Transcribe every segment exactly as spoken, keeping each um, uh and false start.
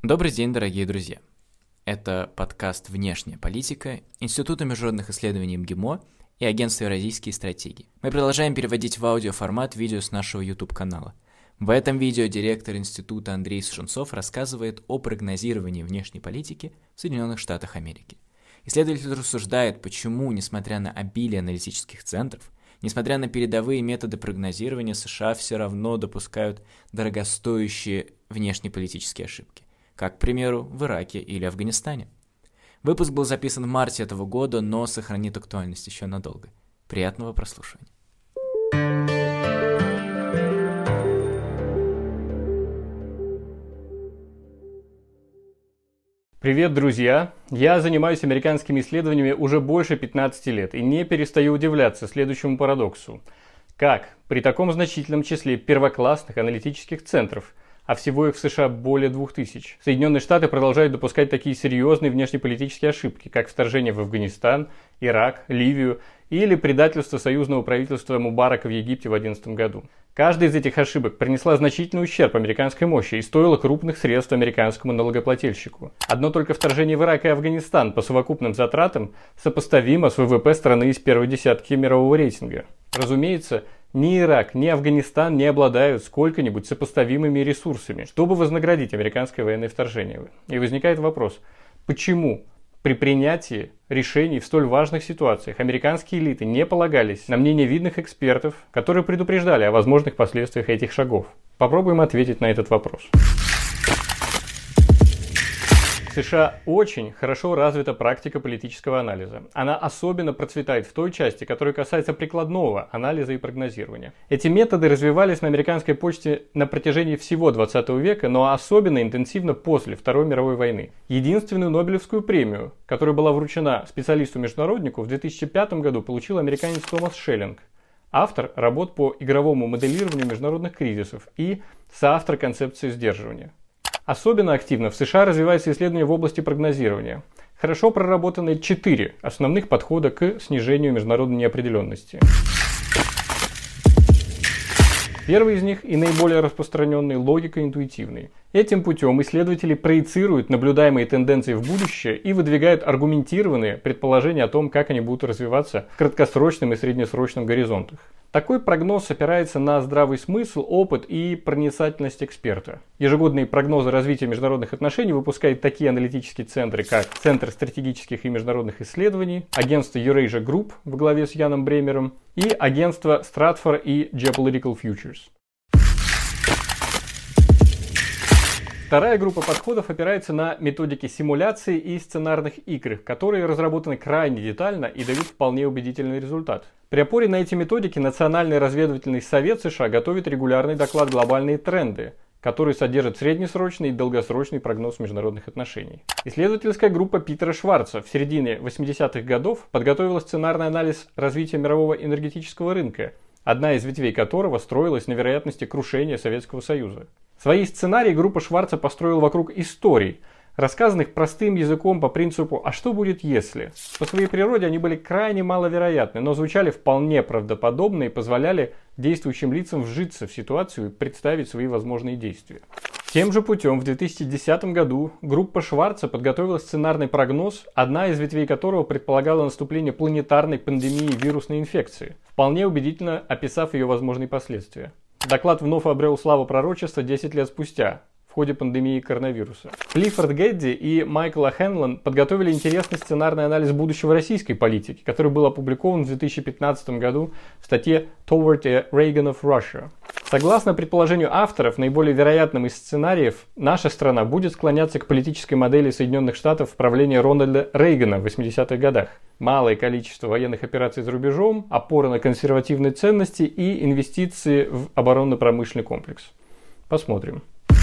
Добрый день, дорогие друзья! Это подкаст «Внешняя политика» Института международных исследований МГИМО и Агентства Евразийские стратегии. Мы продолжаем переводить в аудиоформат видео с нашего YouTube-канала. В этом видео директор института Андрей Сушенцов рассказывает о прогнозировании внешней политики в Соединенных Штатах Америки. Исследователь рассуждает, почему, несмотря на обилие аналитических центров, несмотря на передовые методы прогнозирования, США все равно допускают дорогостоящие внешнеполитические ошибки, как, к примеру, в Ираке или Афганистане. Выпуск был записан в марте этого года, но сохранит актуальность еще надолго. Приятного прослушивания. Привет, друзья! Я занимаюсь американскими исследованиями уже больше пятнадцати лет и не перестаю удивляться следующему парадоксу. Как при таком значительном числе первоклассных аналитических центров, а всего их в США более двух тысяч, Соединенные Штаты продолжают допускать такие серьезные внешнеполитические ошибки, как вторжение в Афганистан, Ирак, Ливию или предательство союзного правительства Мубарака в Египте в две тысячи одиннадцатом году. Каждая из этих ошибок принесла значительный ущерб американской мощи и стоила крупных средств американскому налогоплательщику. Одно только вторжение в Ирак и Афганистан по совокупным затратам сопоставимо с ВВП страны из первой десятки мирового рейтинга. Разумеется, ни Ирак, ни Афганистан не обладают сколько-нибудь сопоставимыми ресурсами, чтобы вознаградить американское военное вторжение. И возникает вопрос, почему при принятии решений в столь важных ситуациях американские элиты не полагались на мнение видных экспертов, которые предупреждали о возможных последствиях этих шагов? Попробуем ответить на этот вопрос. В США очень хорошо развита практика политического анализа. Она особенно процветает в той части, которая касается прикладного анализа и прогнозирования. Эти методы развивались на американской почте на протяжении всего двадцатого века, но особенно интенсивно после Второй мировой войны. Единственную Нобелевскую премию, которая была вручена специалисту-международнику, в две тысячи пятом году получил американец Томас Шеллинг, автор работ по игровому моделированию международных кризисов и соавтор концепции сдерживания. Особенно активно в США развивается исследование в области прогнозирования. Хорошо проработаны четыре основных подхода к снижению международной неопределенности. Первый из них и наиболее распространенный – логико-интуитивный. Этим путем исследователи проецируют наблюдаемые тенденции в будущее и выдвигают аргументированные предположения о том, как они будут развиваться в краткосрочном и среднесрочном горизонтах. Такой прогноз опирается на здравый смысл, опыт и проницательность эксперта. Ежегодные прогнозы развития международных отношений выпускают такие аналитические центры, как Центр стратегических и международных исследований, агентство Eurasia Group во главе с Яном Бремером и агентство Stratfor и Geopolitical Futures. Вторая группа подходов опирается на методики симуляции и сценарных игр, которые разработаны крайне детально и дают вполне убедительный результат. При опоре на эти методики Национальный разведывательный совет США готовит регулярный доклад «Глобальные тренды», который содержит среднесрочный и долгосрочный прогноз международных отношений. Исследовательская группа Питера Шварца в середине восьмидесятых годов подготовила сценарный анализ развития мирового энергетического рынка, одна из ветвей которого строилась на вероятности крушения Советского Союза. Свои сценарии группа Шварца построила вокруг историй, рассказанных простым языком по принципу «а что будет если?». По своей природе они были крайне маловероятны, но звучали вполне правдоподобно и позволяли действующим лицам вжиться в ситуацию и представить свои возможные действия. Тем же путем в две тысячи десятом году группа Шварца подготовила сценарный прогноз, одна из ветвей которого предполагала наступление планетарной пандемии вирусной инфекции, вполне убедительно описав ее возможные последствия. Доклад вновь обрел славу пророчества десять лет спустя, в ходе пандемии коронавируса. Клиффорд Гэдди и Майкл Хенлон подготовили интересный сценарный анализ будущего российской политики, который был опубликован в две тысячи пятнадцатом году в статье «Toward a Reagan of Russia». Согласно предположению авторов, наиболее вероятным из сценариев, наша страна будет склоняться к политической модели Соединенных Штатов в правлении Рональда Рейгана в восьмидесятых годах. Малое количество военных операций за рубежом, опора на консервативные ценности и инвестиции в оборонно-промышленный комплекс. Посмотрим.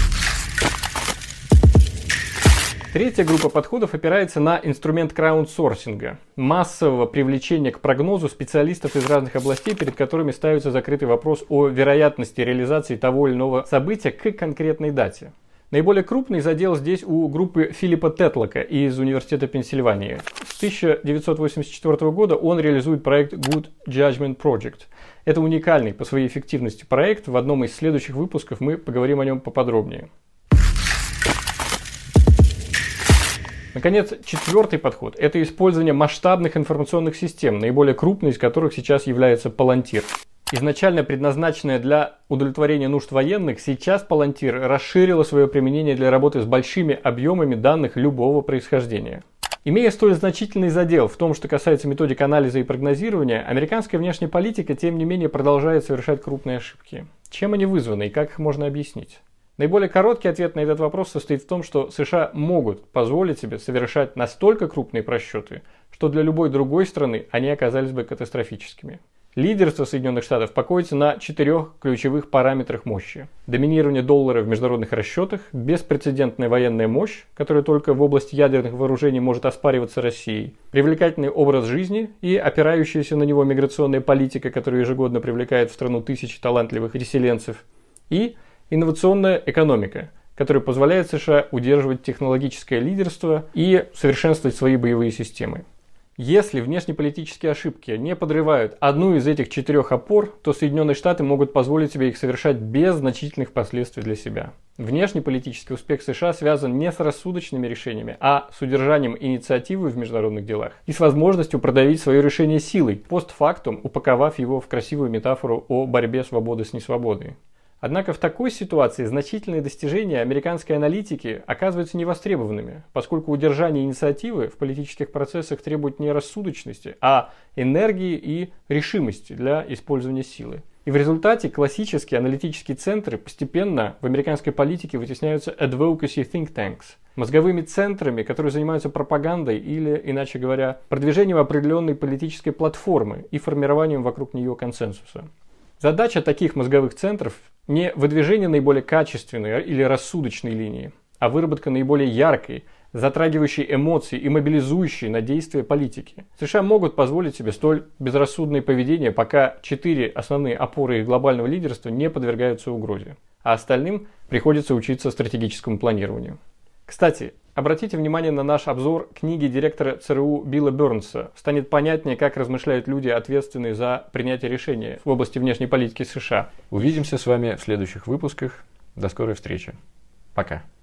Третья группа подходов опирается на инструмент краудсорсинга, массового привлечения к прогнозу специалистов из разных областей, перед которыми ставится закрытый вопрос о вероятности реализации того или иного события к конкретной дате. Наиболее крупный задел здесь у группы Филиппа Тетлока из Университета Пенсильвании. С тысяча девятьсот восемьдесят четвёртого года он реализует проект Good Judgment Project. Это уникальный по своей эффективности проект. В одном из следующих выпусков мы поговорим о нем поподробнее. Наконец, четвертый подход – это использование масштабных информационных систем, наиболее крупной из которых сейчас является Palantir. Изначально предназначенная для удовлетворения нужд военных, сейчас Palantir расширила свое применение для работы с большими объемами данных любого происхождения. Имея столь значительный задел в том, что касается методик анализа и прогнозирования, американская внешняя политика, тем не менее, продолжает совершать крупные ошибки. Чем они вызваны и как их можно объяснить? Наиболее короткий ответ на этот вопрос состоит в том, что США могут позволить себе совершать настолько крупные просчеты, что для любой другой страны они оказались бы катастрофическими. Лидерство Соединенных Штатов покоится на четырех ключевых параметрах мощи. Доминирование доллара в международных расчетах, беспрецедентная военная мощь, которая только в области ядерных вооружений может оспариваться Россией, привлекательный образ жизни и опирающаяся на него миграционная политика, которая ежегодно привлекает в страну тысячи талантливых переселенцев, и инновационная экономика, которая позволяет США удерживать технологическое лидерство и совершенствовать свои боевые системы. Если внешнеполитические ошибки не подрывают одну из этих четырех опор, то Соединенные Штаты могут позволить себе их совершать без значительных последствий для себя. Внешнеполитический успех США связан не с рассудочными решениями, а с удержанием инициативы в международных делах и с возможностью продавить свое решение силой, постфактум упаковав его в красивую метафору о борьбе свободы с несвободой. Однако в такой ситуации значительные достижения американской аналитики оказываются невостребованными, поскольку удержание инициативы в политических процессах требует не рассудочности, а энергии и решимости для использования силы. И в результате классические аналитические центры постепенно в американской политике вытесняются advocacy think tanks, мозговыми центрами, которые занимаются пропагандой или, иначе говоря, продвижением определенной политической платформы и формированием вокруг нее консенсуса. Задача таких мозговых центров не выдвижение наиболее качественной или рассудочной линии, а выработка наиболее яркой, затрагивающей эмоции и мобилизующей на действия политики. США могут позволить себе столь безрассудное поведение, пока четыре основные опоры их глобального лидерства не подвергаются угрозе, а остальным приходится учиться стратегическому планированию. Кстати, обратите внимание на наш обзор книги директора ЦРУ Билла Бернса. Станет понятнее, как размышляют люди, ответственные за принятие решений в области внешней политики США. Увидимся с вами в следующих выпусках. До скорой встречи. Пока.